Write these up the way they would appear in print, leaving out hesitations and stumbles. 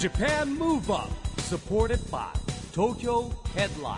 Japan Move Up, supported by Tokyo Headline。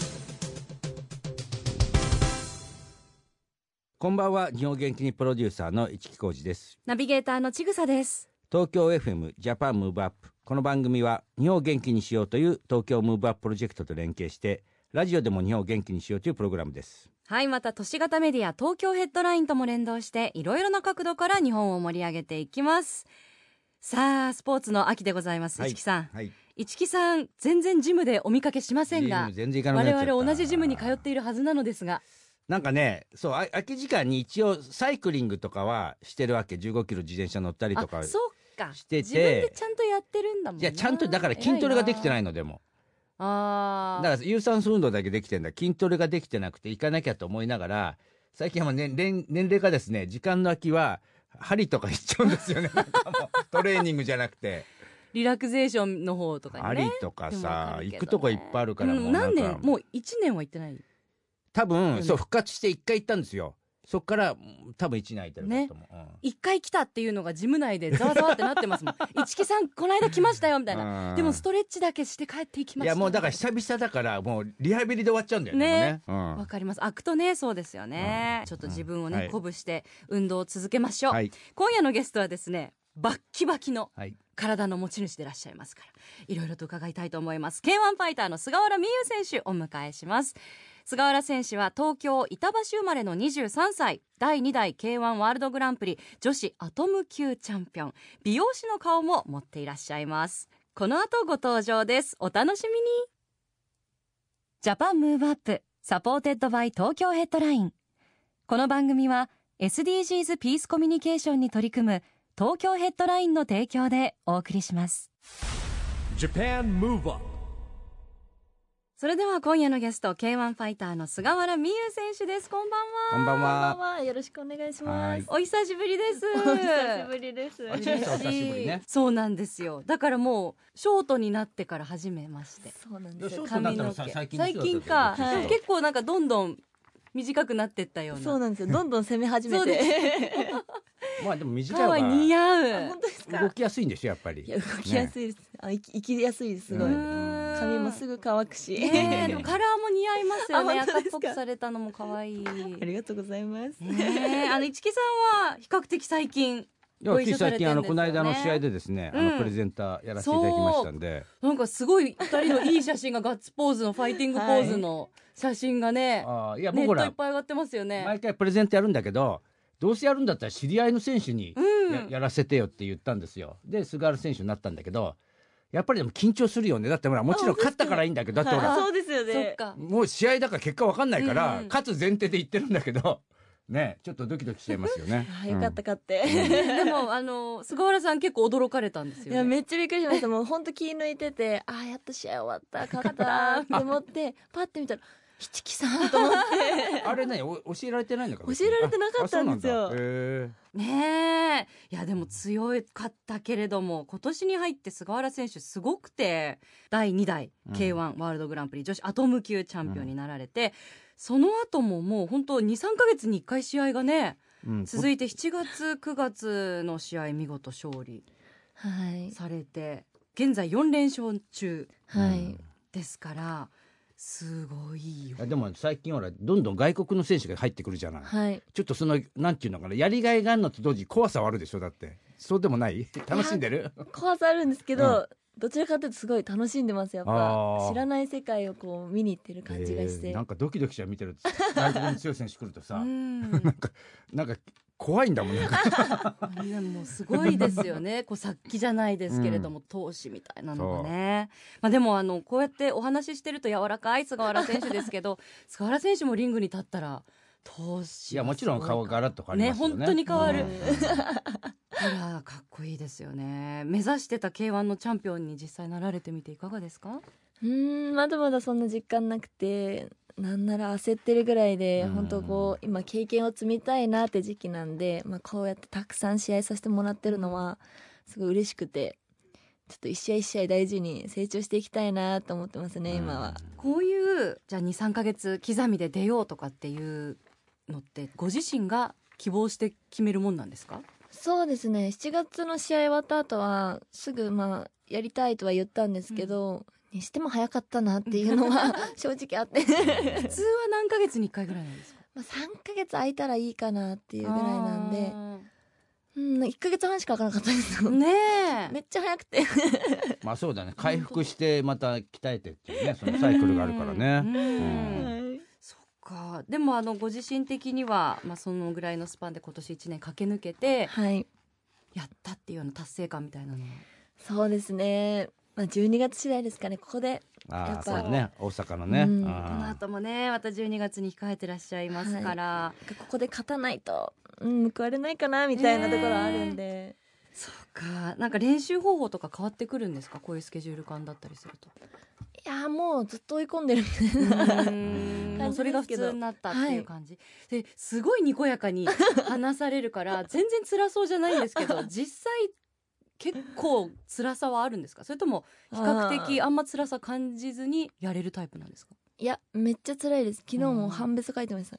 こんばんは。日本元気にプロデューサーの市木浩司です。 ナビゲーターのちぐさです。 東京 FM ジャパンムーブアップ。この番組は日本を元気にしようという東京ムーブアッププロジェクトと連携してラジオでも日本を元気にしようというプログラムです。 はい、また都市型メディア東京ヘッドラインとも連動していろいろな角度から日本を盛り上げていきます。さあ、スポーツの秋でございます。市木さん、 はい、 市木さん全然ジムでお見かけしませんが、 全然行かなくなっちゃった。 我々同じジムに通っているはずなのですが、 なんかね、そう空き時間に一応サイクリングとかはしてるわけ。15キロ自転車乗ったりとかそうか、 してて、 自分でちゃんとやってるんだもんな。 いやちゃんとだから筋トレができてないの。でもだから有酸素運動だけできてんだ。筋トレができてなくて行かなきゃと思いながら、最近は年齢がですね、時間の空きは針とか行っちゃうんですよね。なんかもうトレーニングじゃなくてリラクゼーションの方とかにね。 針とかさ、行くとこいっぱいあるから、もう何年、もう1年は行ってない。 多分、そう復活して1回行ったんですよ。そっから多分1年空いてるかと思う、 1回来たっていうのがジム内でざわざわってなってますもん。市木さんこの間来ましたよみたいな。でもストレッチだけして帰っていきました。 いやもうだから久々だからもうリハビリで終わっちゃうんだよね。 わかります。開くとね、そうですよね。ちょっと自分をね、鼓舞して運動を続けましょう。今夜のゲストはですね、バッキバキの体の持ち主でいらっしゃいますから、いろいろと伺いたいと思います。K1 ファイターの菅原美優選手お迎えします。菅原選手は東京板橋生まれの23歳、第2代 K1 ワールドグランプリ女子アトム級チャンピオン、美容師の顔も持っていらっしゃいます。この後ご登場です。お楽しみに。ジャパンムーブアップサポーテッドバイ東京ヘッドライン。この番組は SDGs ピースコミュニケーションに取り組む東京ヘッドラインの提供でお送りします。 Japan Move Up。 それでは今夜のゲスト K1 ファイターの菅原美優選手です。こんばんは。 こんばんは。 よろしくお願いします。 お久しぶりです。 お久しぶりです。 お久しぶりね。 そうなんですよ。だからもうショートになってから初めまして。 そうなんですよ。 髪の毛最近か、結構なんかどんどん短くなってったような。 そうなんですよ。どんどん攻め始めてまあでも短い方が似合う。 本当ですか。 動きやすいんでしょやっぱり。 いや動きやすいです。生きやすいです。すごい。髪もすぐ乾くし。 でもカラーも似合いますよね。赤っぽくされたのも可愛い。 ありがとうございます。 市木さんは比較的最近。 最近この間の試合でですね、プレゼンターやらせていただきましたんで、 なんかすごい2人のいい写真がガッツポーズのファイティングポーズの写真がね、 いやネットいっぱい上がってますよね。 毎回プレゼントやるんだけど、どうせやるんだったら知り合いの選手に やらせてよって言ったんですよ。で菅原選手になったんだけど、やっぱりでも緊張するよね。だってほらもちろん勝ったからいいんだけど、だってほらそうですよね。 もう試合だから結果わかんないから、勝つ前提で言ってるんだけどね、ちょっとドキドキしちゃいますよね。 よかった勝って。 でも菅原さん結構驚かれたんですよね。 いやめっちゃびっくりしました。もう本当気抜いてて、やっと試合終わった勝ったって思ってパッて見たら市木さんと思ってあれね、教えられてないのか。 教えられてなかったんですよ。 ねえ、いやでも強かったけれども、今年に入って菅原選手すごくて、第2代 K1 ワールドグランプリ女子アトム級チャンピオンになられて、その後ももう本当 2,3 ヶ月に1回試合がね、続いて7月9月の試合見事勝利されて、現在4連勝中ですから、すごいよ。 でも最近ほらどんどん外国の選手が入ってくるじゃない、ちょっとそのなんていうのかな、やりがいがあるのと同時に怖さはあるでしょ。だってそうでもない？楽しんでる？ 怖さあるんですけど、どちらかというとすごい楽しんでます。やっぱ知らない世界をこう見に行ってる感じがして、 なんかドキドキしちゃう見てる外国の強い選手来るとさなんか怖いんだもん。いやもうすごいですよね。こう殺気じゃないですけれども、闘志みたいなのがね。でもこうやってお話ししてると柔らかい菅原選手ですけど菅原選手もリングに立ったら闘志、 いやもちろん顔がガラッと変わりますよね。 本当に変わる。ほらかっこいいですよね。目指してた K1 のチャンピオンに実際なられてみていかがですか？ まだまだそんな実感なくて、なんなら焦ってるぐらいで、本当こう今経験を積みたいなって時期なんで、こうやってたくさん試合させてもらってるのはすごい嬉しくて、ちょっと一試合一試合大事に成長していきたいなと思ってますね。今はこういうじゃあ 2,3 ヶ月刻みで出ようとかっていうのってご自身が希望して決めるもんなんですか？ そうですね、7月の試合終わった後はすぐやりたいとは言ったんですけど、にしても早かったなっていうのは正直あって普通は何ヶ月に1回ぐらいなんですか？ 3ヶ月空いたらいいかなっていうぐらいなんで、1ヶ月半しか空かなかったんですよね。めっちゃ早くてまあそうだね、回復してまた鍛えてっていうね、そのサイクルがあるからね。 そっか。でもご自身的には、そのぐらいのスパンで今年1年駆け抜けて、やったっていうような達成感みたいなのは。 そうですね、12月次第ですかね。ここでやっぱそうね、大阪のね、 この後もねまた12月に控えてらっしゃいますから、 ここで勝たないと報われないかなみたいなところあるんで、 そうか。なんか練習方法とか変わってくるんですか？こういうスケジュール感だったりすると。 いやもうずっと追い込んでるみたいな感じですけど、 それが普通になったっていう感じ、ですごいにこやかに話されるから全然辛そうじゃないんですけど実際結構辛さはあるんですか？それとも比較的あんま辛さ感じずにやれるタイプなんですか？ いやめっちゃ辛いです。昨日も半べそ書いてました。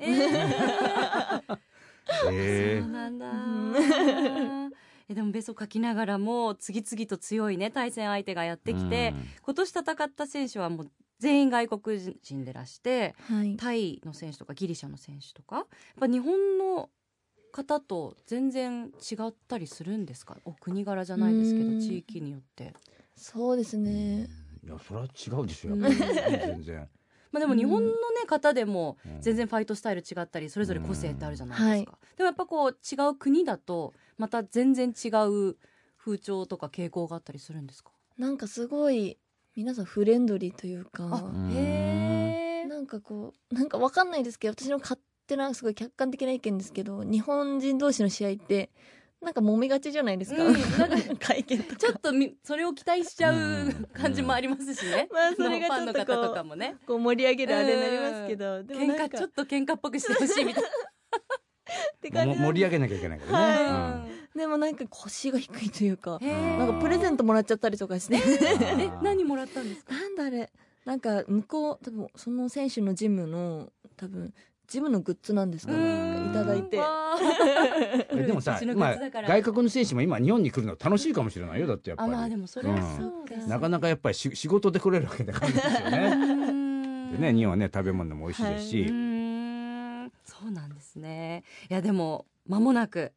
そうなんだでもべそ書きながらも次々と強いね対戦相手がやってきて、今年戦った選手はもう全員外国人でらして、タイの選手とかギリシャの選手とかやっぱ日本の方と全然違ったりするんですか？お国柄じゃないですけど地域によって。 そうですね、 いやそれは違うでしょやっぱり、全然でも日本の、方でも全然ファイトスタイル違ったりそれぞれ個性ってあるじゃないですか、でもやっぱこう違う国だとまた全然違う風潮とか傾向があったりするんですか？ なんかすごい皆さんフレンドリーというか、なんかこうなんか分かんないですけど、私の勝手なすごい客観的な意見ですけど、日本人同士の試合ってなんか揉めがちじゃないですか、なんか会見とかちょっとそれを期待しちゃう感じもありますしね、 それがファンの方とかもねこう盛り上げるあれになりますけど、 でもなんかちょっと喧嘩っぽくしてほしいみたいなって感じ盛り上げなきゃいけないからね、 でもなんか腰が低いというか、なんかプレゼントもらっちゃったりとかして何もらったんですか？ なんだあれ、なんか向こう多分その選手のジムのジムのグッズなんですかね、いただいてでもさ、外国の選手も今日本に来るの楽しいかもしれないよ。だってやっぱりでもそれはそうか、 なかなかやっぱり仕事で来れるわけだからですよねでね、日本はね食べ物も美味しいですし、 そうなんですね。いやでも間もなく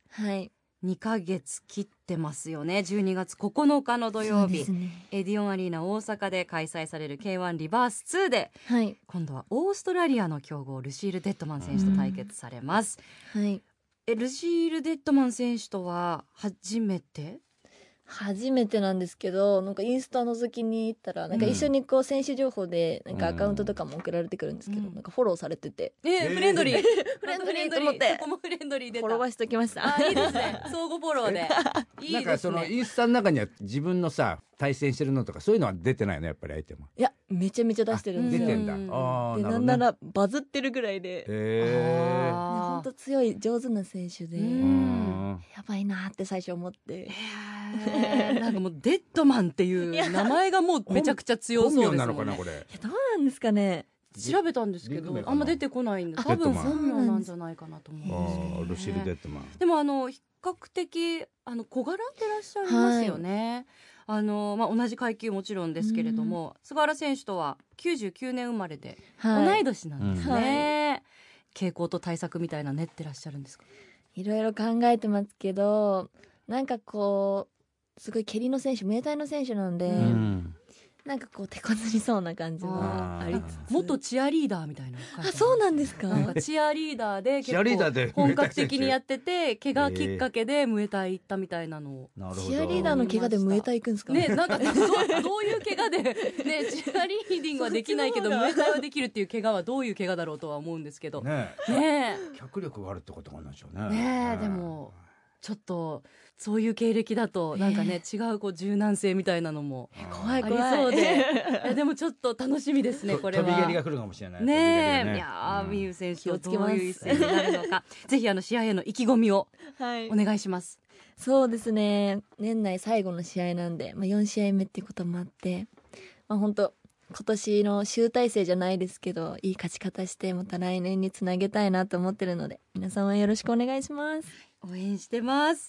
2ヶ月切ってますよね。12月9日の土曜日、エディオンアリーナ大阪で開催される K1 リバース2で、今度はオーストラリアの強豪ルシール・デッドマン選手と対決されます、ルシール・デッドマン選手とは初めてなんですけど、なんかインスタ覗きに行ったらなんか一緒にこう選手情報でなんかアカウントとかも送られてくるんですけど、なんかフォローされてて、 フレンドリーフレンドリーと思ってそこもフレンドリーでフォロワーしときました。 いいですね、相互フォローでいいですね。 なんかそのインスタの中には自分のさ対戦してるのとかそういうのは出てないの？やっぱり相手も。 いやめちゃめちゃ出してるんですよ。 出てんだ。 でなんならバズってるぐらいで、本当強い上手な選手で、やばいなって最初思って、 なんかもうデッドマンっていう名前がもうめちゃくちゃ強そうですもんね。 本名なのかなこれ。 いやどうなんですかね。 調べたんですけどあんま出てこないんで、多分本名なんじゃないかなと思うんですけど、 ルシル・デッドマン。 でも比較的小柄でいらっしゃいますよね。同じ階級もちろんですけれども、菅原選手とは99年生まれで、同い年なんですね、傾向と対策みたいな練ってらっしゃるんですか？ いろいろ考えてますけど、なんかこうすごい蹴りの選手、ムエタイの選手なんで、なんかこう手こずりそうな感じもありつつ、 元チアリーダーみたいな。 そうなんですか。 なんかチアリーダーで結構本格的にやってて、怪我きっかけでムエタイ行ったみたいなのを。 チアリーダーの怪我でムエタイ行くんですかね。なんかどういう怪我でね、チアリーディングはできないけどムエタイはできるっていう怪我はどういう怪我だろうとは思うんですけどね。 脚力があるってことなんでしょうね。 ね、でもちょっとそういう経歴だとなんかね、違うこう柔軟性みたいなのもありそうで、いやでもちょっと楽しみですね。これは飛び蹴りが来るかもしれないね。いやミユ選手はどういう一戦になるのかぜひ試合への意気込みをお願いします。 そうですね、年内最後の試合なんで、4試合目っていうこともあって、本当今年の集大成じゃないですけどいい勝ち方してまた来年につなげたいなと思ってるので、皆さんはよろしくお願いします。 応援してます。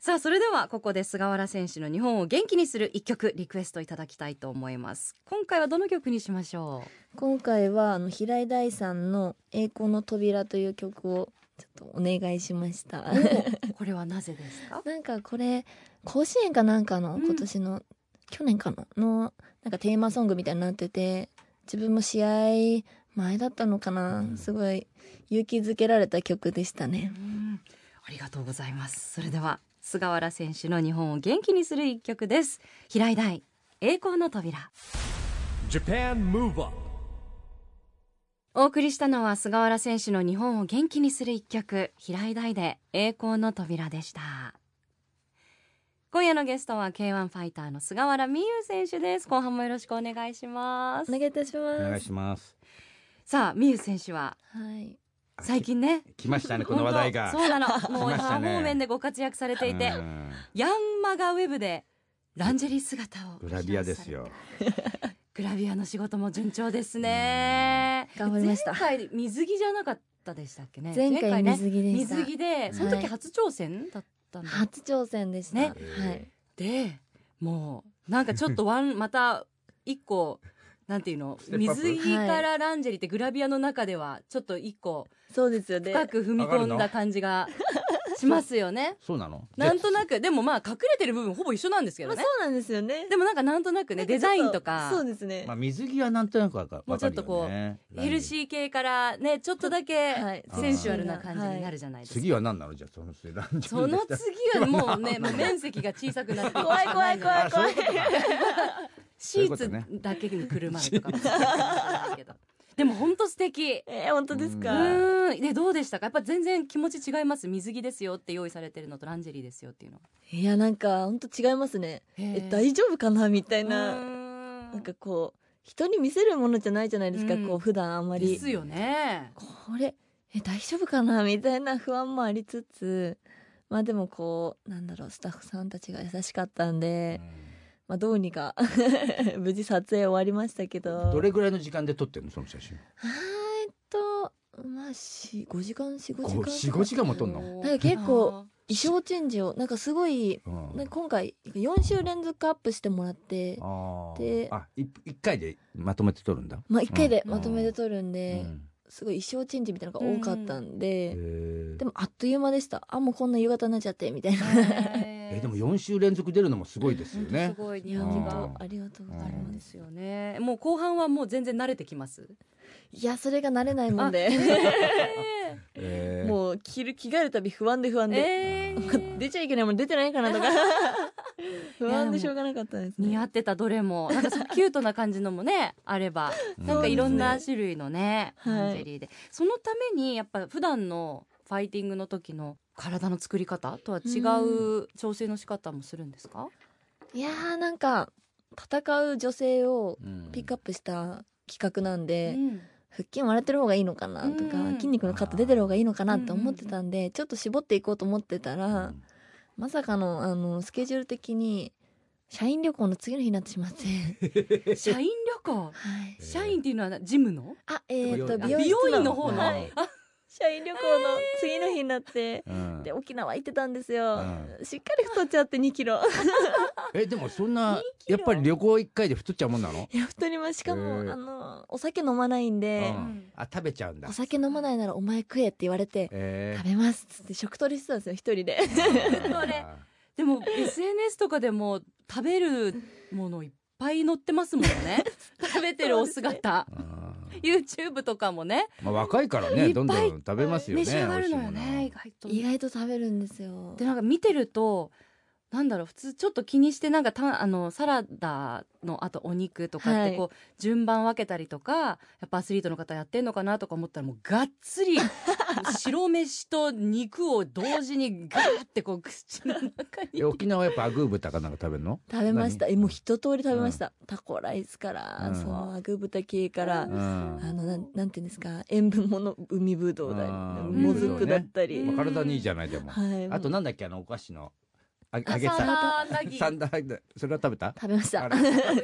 さあそれではここで菅原選手の日本を元気にする一曲リクエストいただきたいと思います。今回はどの曲にしましょう。今回は平井大さんの栄光の扉という曲をちょっとお願いしました。 これはなぜですか？ なんかこれ甲子園かなんかの今年の、去年かのなんかテーマソングみたいになってて、自分も試合前だったのかな、すごい勇気づけられた曲でしたね。 ありがとうございます。それでは菅原選手の日本を元気にする一曲です。平井大、栄光の扉。 Japan Move Up。 お送りしたのは菅原選手の日本を元気にする一曲、平井大で栄光の扉でした。今夜のゲストは K1 ファイターの菅原美優選手です。後半もよろしくお願いします。 お願いいたします。 お願いします。 さあ美優選手は、最近ね来ましたね、この話題が。 そうなの、もう多方面でご活躍されていて、ヤンマガウェブでランジェリー姿をグラビアですよ。 グラビアの仕事も順調ですね。 頑張りました。 前回水着じゃなかったでしたっけね。 前回水着でした。 水着でその時初挑戦だったんだ、 初挑戦でしたね。はい。 でもうなんかちょっとまた一個なんていうの、水着からランジェリーってグラビアの中ではちょっと一個そうですよね、 深く踏み込んだ感じがしますよね。 そうなの？ なんとなくでもまあ隠れてる部分ほぼ一緒なんですけどね。 そうなんですよね。 でもなんとなくね、デザインとかそうですね。 水着はなんとなく分かるよね。 もうちょっとこうヘルシー系からね、ちょっとだけセンシュアルな感じになるじゃないですか。 次は何なの？じゃあその次はもうね、面積が小さくなって怖いシーツだけにくるまるとかもけどでも本当素敵。 本当ですか？ でどうでしたか？やっぱ全然気持ち違います？水着ですよって用意されてるのとランジェリーですよっていうの。 いや、なんか本当違いますね。大丈夫かなみたいな。なんかこう人に見せるものじゃないじゃないですか、こう普段あんまり。 ですよね。 これ大丈夫かなみたいな不安もありつつ、まあでもこうなんだろう、スタッフさんたちが優しかったんで、まあどうにか無事撮影終わりましたけど。 どれぐらいの時間で撮ってるのその写真？ まあ4、5時間 4、5時間も撮んの？ なんか結構衣装チェンジをなんかすごい、なんか今回4週連続アップしてもらって、 で1回でまとめて撮るんだ。 まあ1回でまとめて撮るんで、すごい衣装チェンジみたいなのが多かったんで、でもあっという間でした。もうこんな夕方になっちゃってみたいな。 でも4週連続出るのもすごいですよね。 すごい人気がありがとうございます。 ですよね。もう後半はもう全然慣れてきます？ いや、それが慣れないもんでもう着替えるたび不安で出ちゃいけないもん出てないかなとか不安でしょうがなかったですね。 似合ってたどれもなんかキュートな感じのもねあれば、なんかいろんな種類のねランジェリーで、そのためにやっぱ普段のファイティングの時の体の作り方とは違う調整の仕方もするんですか？ いやー、なんか戦う女性をピックアップした企画なんで、腹筋割れてる方がいいのかなとか、筋肉のカット出てる方がいいのかなって思ってたんで、ちょっと絞っていこうと思ってたら、まさかのスケジュール的に社員旅行の次の日になってしまって社員旅行、社員っていうのはジムの美容院の方の、 社員旅行の次の日になって、で沖縄行ってたんですよ、しっかり太っちゃって2キロでもそんなやっぱり旅行1回で太っちゃうもんなの？ いや、太ります。しかもお酒飲まないんで、 食べちゃうんだ。 お酒飲まないならお前食えって言われて、食べますっつって食取りしてたんですよ、一人ででも SNS とかでも食べるものいっぱい載ってますもんね食べてるお姿YouTube とかもね、 若いからねどんどん食べますよね。 召し上がるのよね。 意外と食べるんですよ。 でなんか見てるとなんだろう、普通ちょっと気にしてなんかサラダのあとお肉とかってこう、順番分けたりとかやっぱアスリートの方やってんのかなとか思ったら、もうがっつり白飯と肉を同時にガーってこう口の中に沖縄はやっぱアグー豚かなんか食べるの？ 食べました。もう一通り食べました、タコライスから、そのアグー豚系から、なんていうんですか、塩分もの海ぶどうだりもずくだったり、 体にいいじゃない。でもあとなんだっけ、お菓子の揚げたサンダー、それは食べた？ 食べました。 美味しい。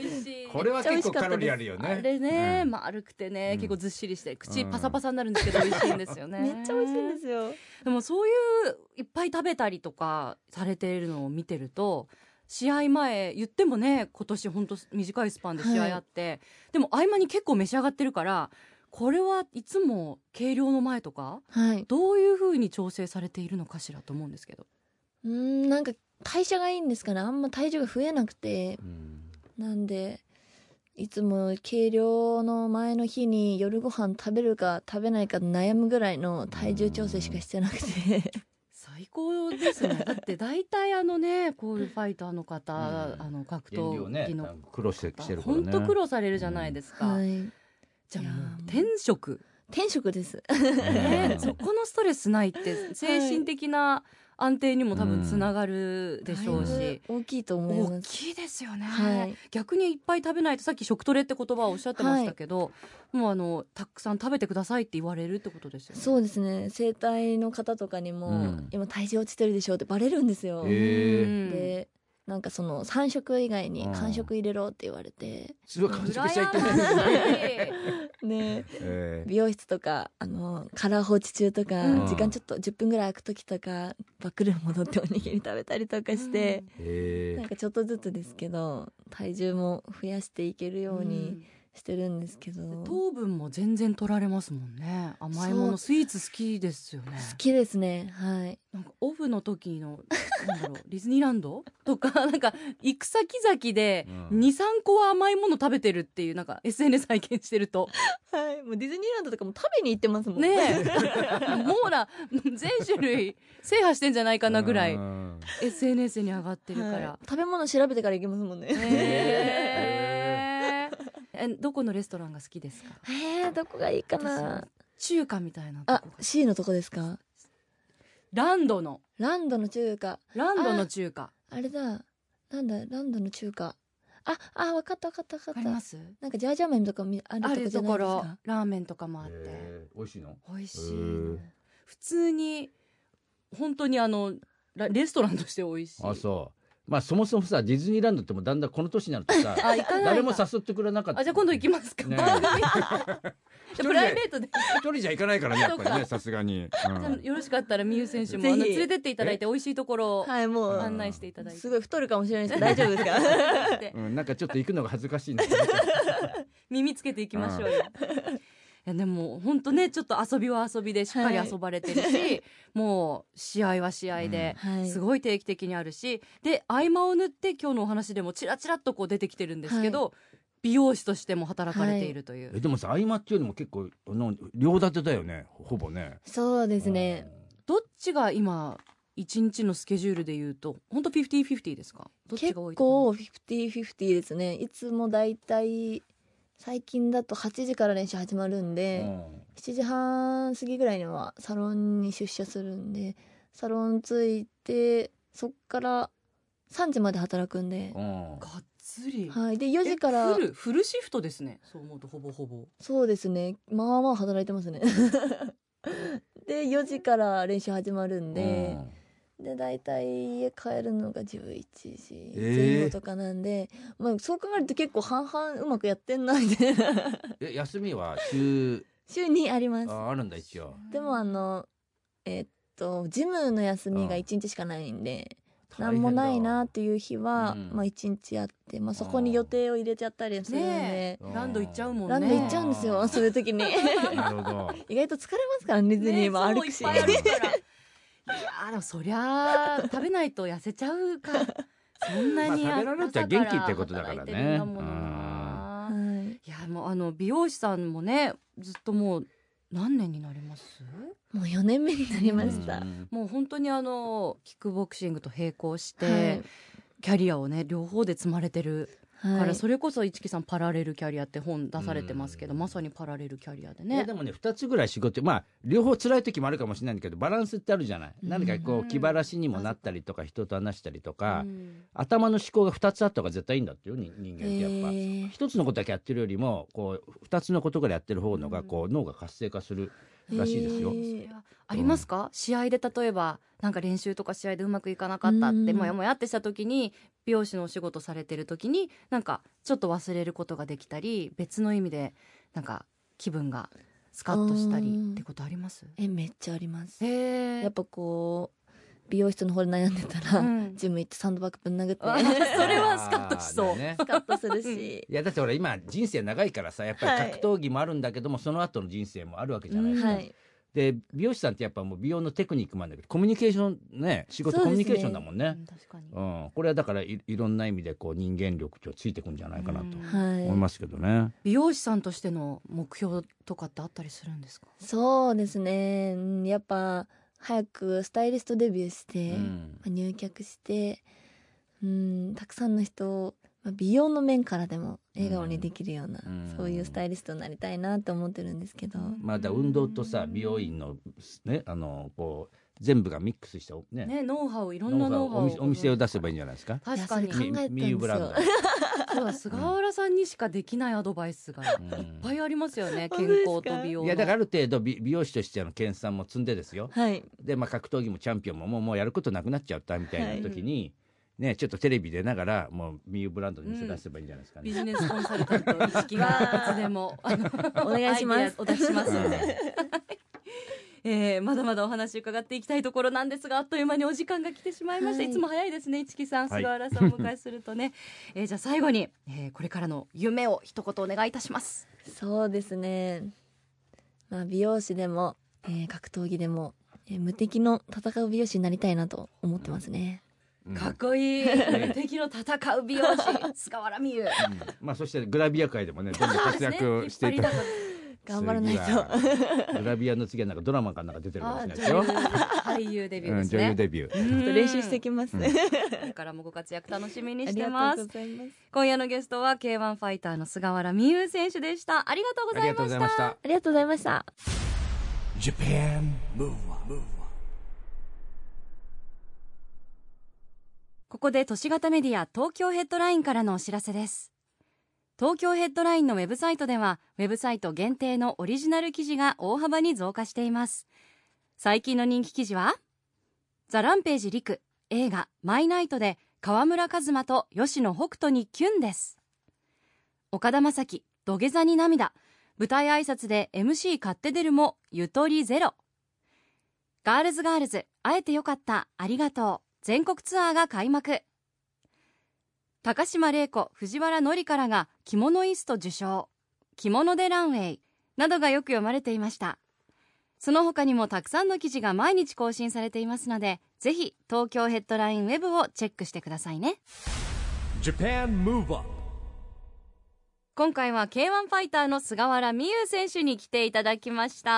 これは結構カロリーあるよね。 あれね、丸くてね、結構ずっしりして口パサパサになるんですけど、美味しいんですよね。 めっちゃ美味しいんですよ。 でもそういういっぱい食べたりとかされているのを見てると、試合前言ってもね、今年本当短いスパンで試合あって、でも合間に結構召し上がってるから、これはいつも計量の前とか、どういう風に調整されているのかしらと思うんですけど。 なんか代謝がいいんですかね。あんま体重が増えなくて、なんでいつも計量の前の日に夜ご飯食べるか食べないか悩むぐらいの体重調整しかしてなくて最高ですね。だって大体こういうファイターの方、格闘技の苦労してきてるからね。 本当苦労されるじゃないですか。じゃあもう天職です。 そこのストレスないって精神的な安定にも多分つながるでしょうし、 大きいと思います。 大きいですよね。逆にいっぱい食べないと、さっき食トレって言葉をおっしゃってましたけど、もうたくさん食べてくださいって言われるってことですよね。 そうですね。整体の方とかにも、今体重落ちてるでしょうってバレるんですよ。でなんかその3食以外に間食入れろって言われて、 すごい間食しちゃいけないね。美容室とかカラー放置中とか、時間ちょっと10分ぐらい空く時とかバックルーム戻っておにぎり食べたりとかして、なんかちょっとずつですけど体重も増やしていけるようにしてるんですけど、 糖分も全然取られますもんね。甘いもの、スイーツ好きですよね。 好きですね。 なんかオフの時のディズニーランドとかなんか行く先々で 2,3 個は甘いもの食べてるっていう、なんか SNS 拝見してるともうディズニーランドとかも食べに行ってますもんね。もう全種類制覇してんじゃないかなぐらい SNS に上がってるから、 食べ物調べてから行きますもんね。 どこのレストランが好きですか？ どこがいいかな。 中華みたいなとこ。 C のとこですか？ ランドの中華。あれだ。なんだ、ランドの中華。わかった。わかります？なんかジャージャー麺とかあるとこじゃないですか？ ラーメンとかもあって。 美味しいの？ 美味しい。普通に本当にレストランとして美味しい。 そう。まあそもそもさ、ディズニーランドってもうだんだんこの年になるとさ誰も誘ってくれなかった。 じゃあ今度行きますか、ね、プライベートで一人じゃ行かないからね、やっぱりね、さすがに、 よろしかったらみゆ選手も連れてっていただいて、美味しいところを案内していただいて。 すごい太るかもしれないですけど大丈夫ですか？ なんかちょっと行くのが恥ずかしいな耳つけていきましょうよ。でも本当ね、ちょっと遊びは遊びでしっかり遊ばれてるし、もう試合は試合ですごい定期的にあるし、で合間を縫って今日のお話でもチラチラっとこう出てきてるんですけど、美容師としても働かれているという。 でもさ、合間っていうよりも結構両立てだよね、ほぼね。 そうですね。 どっちが今一日のスケジュールでいうと本当 50-50 ですか？どっちが多い？結構 50-50 ですね。いつもだいたい最近だと8時から練習始まるんで、7時半過ぎぐらいにはサロンに出社するんで、サロン着いてそっから3時まで働くんで、 がっつり。 で4時からフルシフトですね。そう思うとほぼほぼ。 そうですね。まあまあ働いてますね。で4時から練習始まるんで、で大体家帰るのが11時前後とかなんで、そう考えると結構半々うまくやってんなみたいな。 休みは週にあります。 あるんだ一応。 でもジムの休みが1日しかないんで、なんもないなっていう日は1日やって、そこに予定を入れちゃったりするんで、 ランド行っちゃうもんね。 ランド行っちゃうんですよ、そういう時に。 なるほど。 意外と疲れますからね、ディズニーも歩くし。 いやでもそりゃ食べないと痩せちゃうか。そんなに食べられちゃ元気ってことだからね。 いやもう美容師さんもね、ずっともう何年になります？ もう4年目になりました。 もう本当にキックボクシングと並行して、キャリアをね両方で積まれてるから、それこそ市木さんパラレルキャリアって本出されてますけど、まさにパラレルキャリアでね。 でもね、2つぐらい仕事、両方辛い時もあるかもしれないんだけど、バランスってあるじゃない。何かこう気晴らしにもなったりとか、人と話したりとか、頭の思考が2つあった方が絶対いいんだってよ、人間ってやっぱ。1つのことだけやってるよりもこう2つのことからやってる方のがこう脳が活性化するらしいですよ。 ありますか、試合で例えばなんか練習とか試合でうまくいかなかったってもやもやってした時に、美容師のお仕事されてる時になんかちょっと忘れることができたり、別の意味でなんか気分がスカッとしたりってことあります？ めっちゃあります。 やっぱこう美容室の方で悩んでたら、ジム行ってサンドバッグぶん殴ってそれはスカッとしそう、 スカッとするしいやだってほら今人生長いからさ、やっぱり格闘技もあるんだけども、その後の人生もあるわけじゃないですか、で美容師さんってやっぱもう美容のテクニックもあるんだけど、コミュニケーションね、仕事コミュニケーションだもんね。 確かに、 これはだから いろんな意味でこう人間力とついてくんじゃないかなと思いますけどね。 美容師さんとしての目標とかってあったりするんですか？ そうですね、やっぱ早くスタイリストデビューして、入客して、たくさんの人を美容の面からでも笑顔にできるような、そういうスタイリストになりたいなと思ってるんですけど、 だ運動とさ美容院のね、こう全部がミックスしたねノウハウ、いろんなノウハウお店を出せばいいんじゃないですか。 確かに考えたんですよ。 ミユブランドそうだ、菅原さんにしかできないアドバイスがいっぱいありますよね、健康と美容の。 いやだからある程度美容師としての研鑽も積んでですよ、で格闘技もチャンピオンももうやることなくなっちゃったみたいな時に、ね、ちょっとテレビ出ながらもうミユブランドに店出せばいいんじゃないですかね。 ビジネスコンサルタント意識がいつでもお願いします。 お出ししますのでまだまだお話伺っていきたいところなんですが、あっという間にお時間が来てしまいました、いつも早いですね、市木さん、菅原さんをお迎えするとね、じゃあ最後に、これからの夢を一言お願いいたします。 そうですね、美容師でも、格闘技でも、無敵の戦う美容師になりたいなと思ってますね。 かっこいい無敵の戦う美容師菅原美優、 そしてグラビア界でもねどんどん活躍していた頑張らないと。 グラビアの次はなんかドラマかなんか出てるかもしれないですよ。 俳優デビューですね。 女優デビュー。 練習してきます。これからもご活躍楽しみにしてます。今夜のゲストは K1 ファイターの菅原美優選手でした。ありがとうございました。 ありがとうございました。 Japan Move Up。 ここで都市型メディア東京ヘッドラインからのお知らせです。東京ヘッドラインのウェブサイトでは、ウェブサイト限定のオリジナル記事が大幅に増加しています。最近の人気記事は、ザ・ランページ陸映画マイナイトで川村一馬と吉野北斗にキュンです。岡田将生土下座に涙、舞台挨拶で MC 買って出るもゆとりゼロ。ガールズ会えてよかったありがとう全国ツアーが開幕。高島玲子藤原紀香らが着物イスト受賞、着物でランウェイなどがよく読まれていました。その他にもたくさんの記事が毎日更新されていますので、ぜひ東京ヘッドラインウェブをチェックしてくださいね。 Japan Move Up。 今回は K1 ファイターの菅原美優選手に来ていただきました。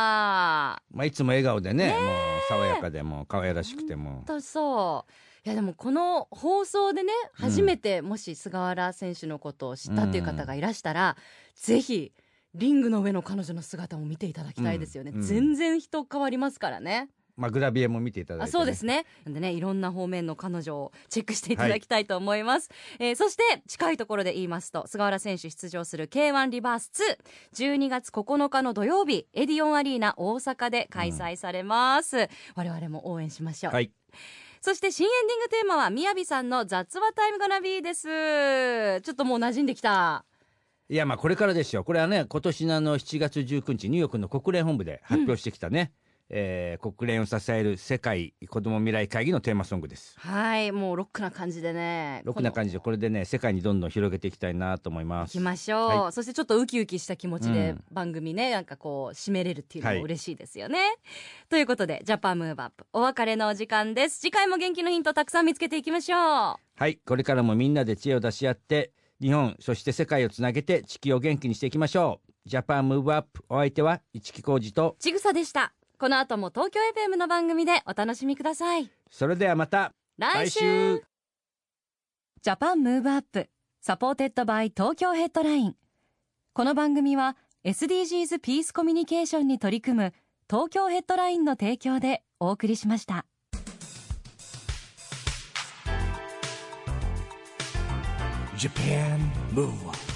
いつも笑顔でね、もう爽やかでも可愛らしくても。 そういやでもこの放送でね、初めてもし菅原選手のことを知ったという方がいらしたら、ぜひリングの上の彼女の姿も見ていただきたいですよね、全然人変わりますからね。 グラビアも見ていただいて、ね、 そうですね。なんでね、いろんな方面の彼女をチェックしていただきたいと思います、そして近いところで言いますと、菅原選手出場する K1 リバース2 12月9日の土曜日、エディオンアリーナ大阪で開催されます、我々も応援しましょう。そして新エンディングテーマはみやびさんの雑話タイムゴナビーです。ちょっともう馴染んできた。 いやこれからですよ。これはね、今年の7月19日ニューヨークの国連本部で発表してきたね、国連を支える世界子ども未来会議のテーマソングです。もうロックな感じでね、 ロックな感じで、これでね世界にどんどん広げていきたいなと思います。 いきましょう、そしてちょっとウキウキした気持ちで番組ね、なんかこう締めれるっていうのも嬉しいですよね、ということでジャパンムーブアップお別れのお時間です。次回も元気のヒントたくさん見つけていきましょう。 これからもみんなで知恵を出し合って日本そして世界をつなげて地球を元気にしていきましょう。ジャパンムーブアップ、お相手は市木浩二とちぐさでした。この後も東京 FM の番組でお楽しみください。 それではまた来週。 ジャパンムーブアップサポーテッドバイ東京ヘッドライン。この番組は SDGs ピースコミュニケーションに取り組む東京ヘッドラインの提供でお送りしました。 Japan Move Up。